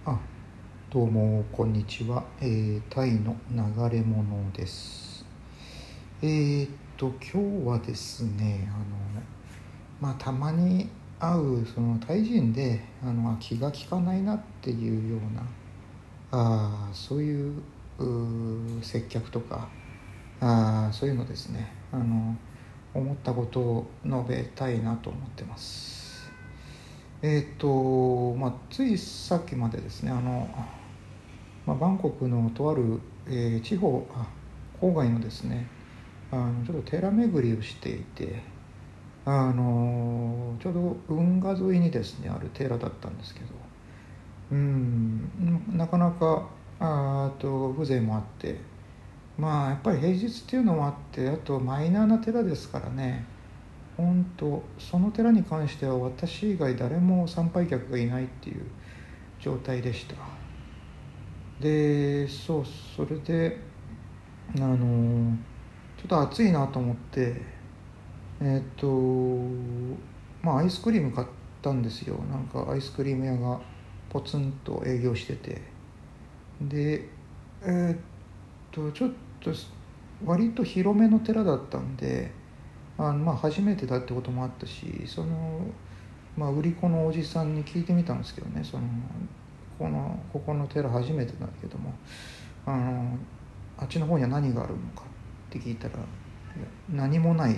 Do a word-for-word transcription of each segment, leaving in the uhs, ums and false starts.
あ、どうもこんにちは、えー、タイの流れ物です。えー、っと今日はですね、あのまあたまに会うそのタイ人であの気が利かないなっていうようなあそういう、う接客とかあそういうのですね、あの思ったことを述べたいなと思ってます。えー、っとまあついさっきまでですね、あのまあ、バンコクのとある、えー地方あ郊外のですね、あのちょっと寺巡りをしていて、あのちょうど運河沿いにですねある寺だったんですけど、うんなかなかあと風情もあって、まあやっぱり平日っていうのもあって、あとマイナーな寺ですからね、本当その寺に関しては私以外誰も参拝客がいないっていう状態でした。でそうそれであのちょっと暑いなと思って、えっとまあアイスクリーム買ったんですよ。なんかアイスクリーム屋がポツンと営業してて、でえっとちょっと割と広めの寺だったんで、あのまあ初めてだってこともあったし、そのまあ売り子のおじさんに聞いてみたんですけどね、そのこのここの寺初めてだけども、あのあっちの方には何があるのかって聞いたら、いや何もないっていう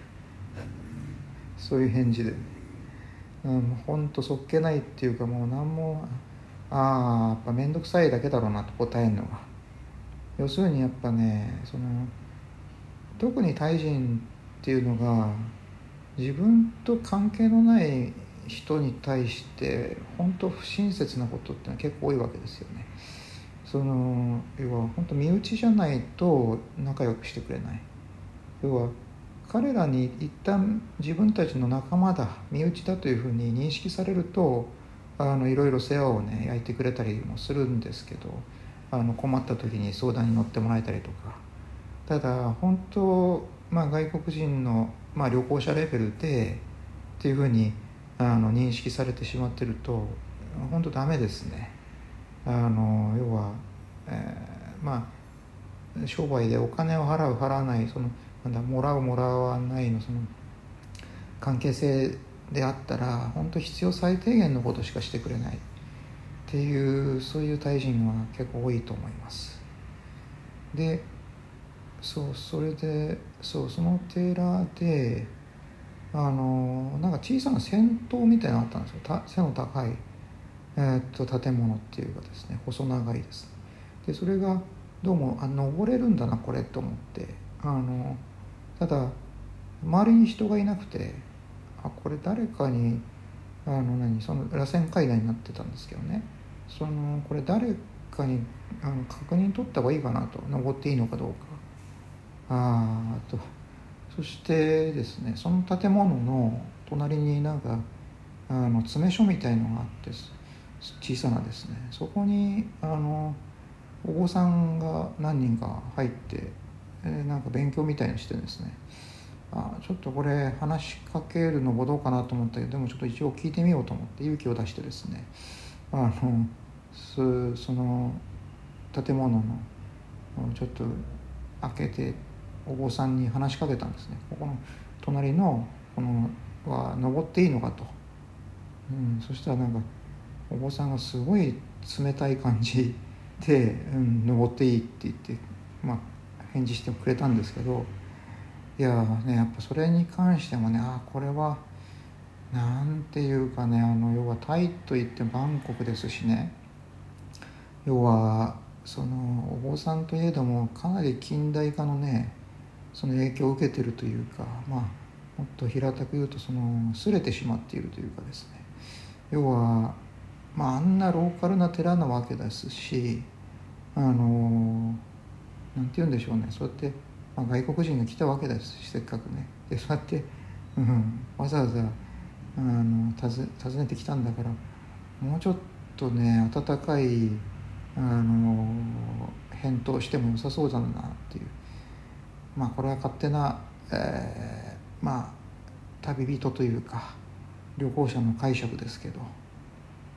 そういう返事で、うん、ほんとそっけないっていうか、もう何も、ああやっぱ面倒くさいだけだろうなと答えるのが。要するにやっぱね、その特にタイ人っていうのが自分と関係のない人に対して本当不親切なことってのは結構多いわけですよね。その要は本当身内じゃないと仲良くしてくれない。要は彼らに一旦自分たちの仲間だ、身内だというふうに認識されると、あのいろいろ世話をね焼いてくれたりもするんですけど、あの困った時に相談に乗ってもらえたりとか。ただ本当、まあ、外国人の、まあ、旅行者レベルでっていうふうにあの認識されてしまってると本当ダメですね。あの要は、えーまあ商売でお金を払う払わない、そのなんだもらうもらわないのその関係性であったら本当必要最低限のことしかしてくれないっていう、そういうタイ人は結構多いと思います。でそうそれでそうその寺であのなんか小さな銭湯みたいなのあったんですよ。た背の高い、えーっと建物っていうかですね、細長いです。でそれがどうもあ登れるんだなこれと思って、あのただ周りに人がいなくて、あこれ誰かにあの何その螺旋階段になってたんですけどね、そのこれ誰かにあの確認取った方がいいかなと、登っていいのかどうか。ああとそしてですね、その建物の隣になんかあの詰め所みたいのがあって、小さなですね、そこにあのお坊さんが何人か入って、えーなんか勉強みたいにしてるんですね。あちょっとこれ話しかけるのもどうかなと思ったけど、でもちょっと一応聞いてみようと思って勇気を出してですね、あのそその建物のちょっと開けてお坊さんに話しかけたんですね。ここの隣のこのは登っていいのかと、うん、そしたらなんかお坊さんがすごい冷たい感じで、うん、登っていいって言って、まあ、返事してくれたんですけど、いやねやっぱそれに関してもね、あこれはなんていうかね、あの要はタイといってバンコクですしね、要はそのお坊さんといえどもかなり近代化のねその影響を受けているというか、まあもっと平たく言うとその擦れてしまっているというかですね、要はまああんなローカルな寺なわけですし、あのなんて言うんでしょうね、そうやって、まあ、外国人が来たわけですし、せっかくね、でそうやって、うん、わざわざあの訪訪ねてきたんだから、もうちょっとね温かいあの返答しても良さそうだなっていう、まあこれは勝手な、えー、まあ旅人というか旅行者の解釈ですけど、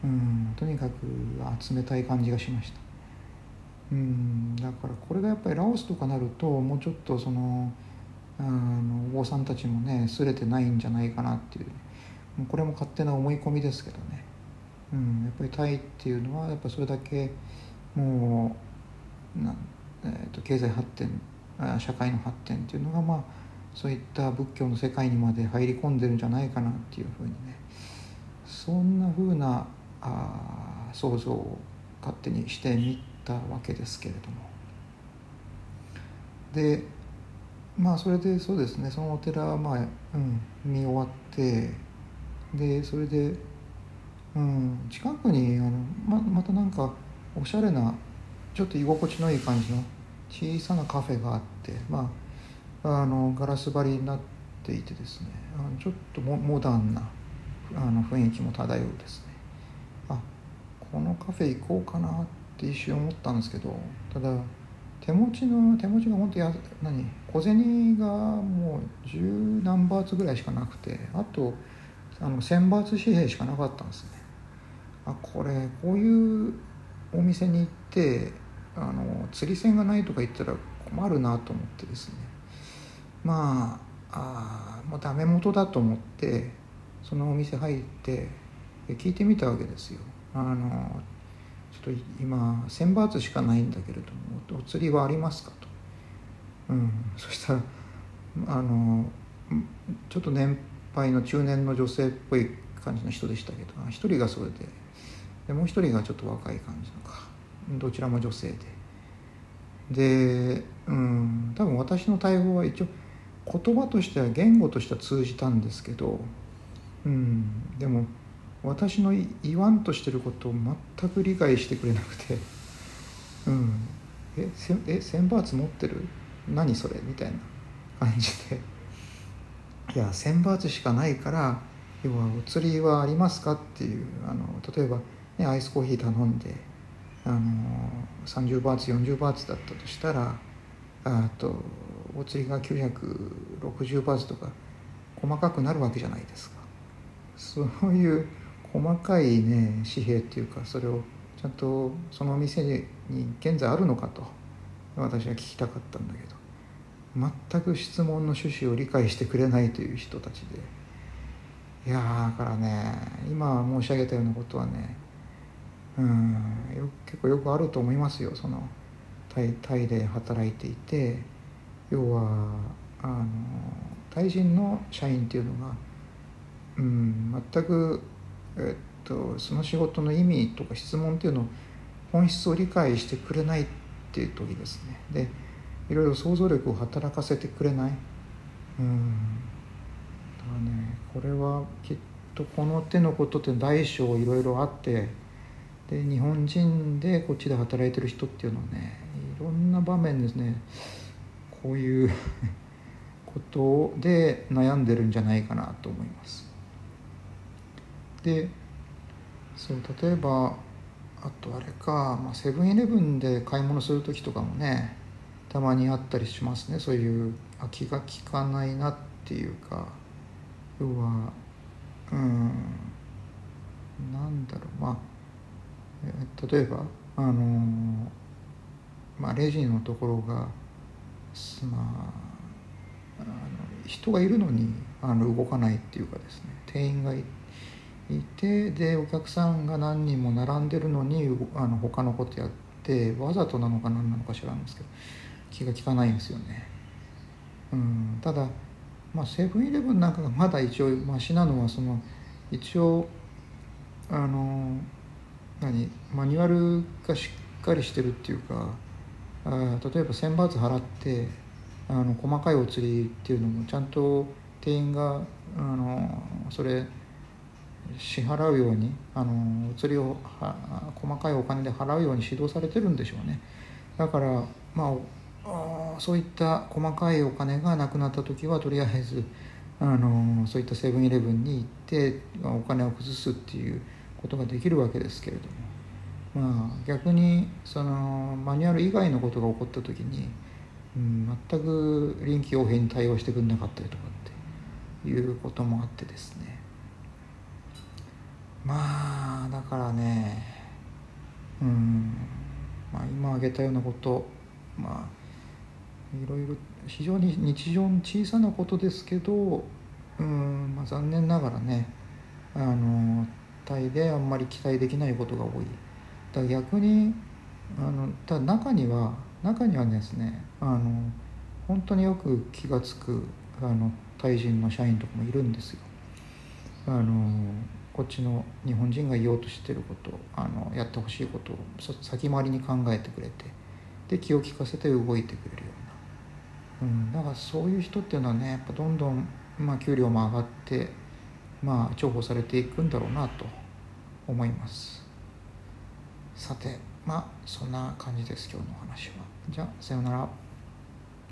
うん、とにかく冷たい感じがしました。うん、だからこれがやっぱりラオスとかなるともうちょっとそのあのお坊さんたちもねすれてないんじゃないかなっていう、もうこれも勝手な思い込みですけどね、うん、やっぱりタイっていうのはやっぱそれだけもうな、えー、と経済発展社会の発展っていうのがまあそういった仏教の世界にまで入り込んでるんじゃないかなっていうふうにね、そんなふうなあ想像を勝手にしてみたわけですけれども、でまあそれでそうですね、そのお寺はまあ、うん、見終わって、でそれで、うん、近くにあの ま, またなんかおしゃれなちょっと居心地のいい感じの小さなカフェがあって、まあ、あのガラス張りになっていてですね、あのちょっと モ, モダンなあの雰囲気も漂うですね、あこのカフェ行こうかなって一瞬思ったんですけど、ただ手持ちの手持ちが本当や何小銭がもう十何バーツぐらいしかなくて、あとあの千バーツ紙幣しかなかったんですね。あこれこういうお店に行ってあの釣り銭がないとか言ったら困るなと思ってですね、まあ、あもうダメ元だと思ってそのお店入って聞いてみたわけですよ。あのちょっと今千バーツしかないんだけれどもお釣りはありますかと、うん、そしたらあのちょっと年配の中年の女性っぽい感じの人でしたけど、一人がそれで、でもう一人がちょっと若い感じのか、どちらも女性で、で、うん、多分私の対応は一応言葉としては言語としては通じたんですけど、うん、でも私の言わんとしてることを全く理解してくれなくて、うん、えせえ千バーツ持ってる何それみたいな感じで、いや千バーツしかないから要はお釣りはありますかっていう、あの例えば、ね、アイスコーヒー頼んであのさんじゅうバーツよんじゅうバーツだったとしたら、あとお釣りがきゅうひゃくろくじゅうバーツとか細かくなるわけじゃないですか。そういう細かいね紙幣っていうか、それをちゃんとそのお店に現在あるのかと私は聞きたかったんだけど、全く質問の趣旨を理解してくれないという人たちで、いやだからね今申し上げたようなことはね、うんよ結構よくあると思いますよ。そのタイ、タイで働いていて、要はあのタイ人の社員っていうのが、うん、全く、えっと、その仕事の意味とか質問っていうのを本質を理解してくれないっていう時ですね。でいろいろ想像力を働かせてくれない、うん、だからねこれはきっとこの手のことって大小いろいろあって、で日本人でこっちで働いてる人っていうのはねいろんな場面ですねこういうことで悩んでるんじゃないかなと思います。でそう例えばあとあれか、まあ、セブンイレブンで買い物する時とかもねたまにあったりしますね。そういうあ気が利かないなっていうか、要はうんなんだろう、まあ、え例えばあのまあレジのところがまああの人がいるのにあの動かないっていうかですね、店員がいてでお客さんが何人も並んでるのにあの他のことやってわざとなのか何なのか知らんですけど気が利かないんですよね。うん、ただまあセブンイレブンなんかがまだ一応マシなのはその一応あの何マニュアルがしっかりしてるっていうか、あ例えば千バーツ払ってあの細かいお釣りっていうのもちゃんと店員があのそれ支払うようにあのお釣りを細かいお金で払うように指導されてるんでしょうね。だからまあそういった細かいお金がなくなった時はとりあえずあのそういったセブンイレブンに行ってお金を崩すっていうことができるわけですけれども、まあ逆にそのマニュアル以外のことが起こった時に、うん、全く臨機応変に対応してくれなかったりとかっていうこともあってですね、 まあだからね、うん、まあ、今挙げたようなこと、まあいろいろ非常に日常の小さなことですけど、うん、まあ、残念ながらね、あのタイであんまり期待できないことが多い。だから逆にあのただ中には中にはですね、あの本当によく気が付くあのタイ人の社員とかもいるんですよ。あのこっちの日本人が言おうとしてること、あのやってほしいことを先回りに考えてくれて、で気を利かせて動いてくれるような、うん、だからそういう人っていうのはね、やっぱどんどん、まあ、給料も上がって、まあ、重宝されていくんだろうなと思います。さて、まあそんな感じです、今日のお話は。じゃあさようなら。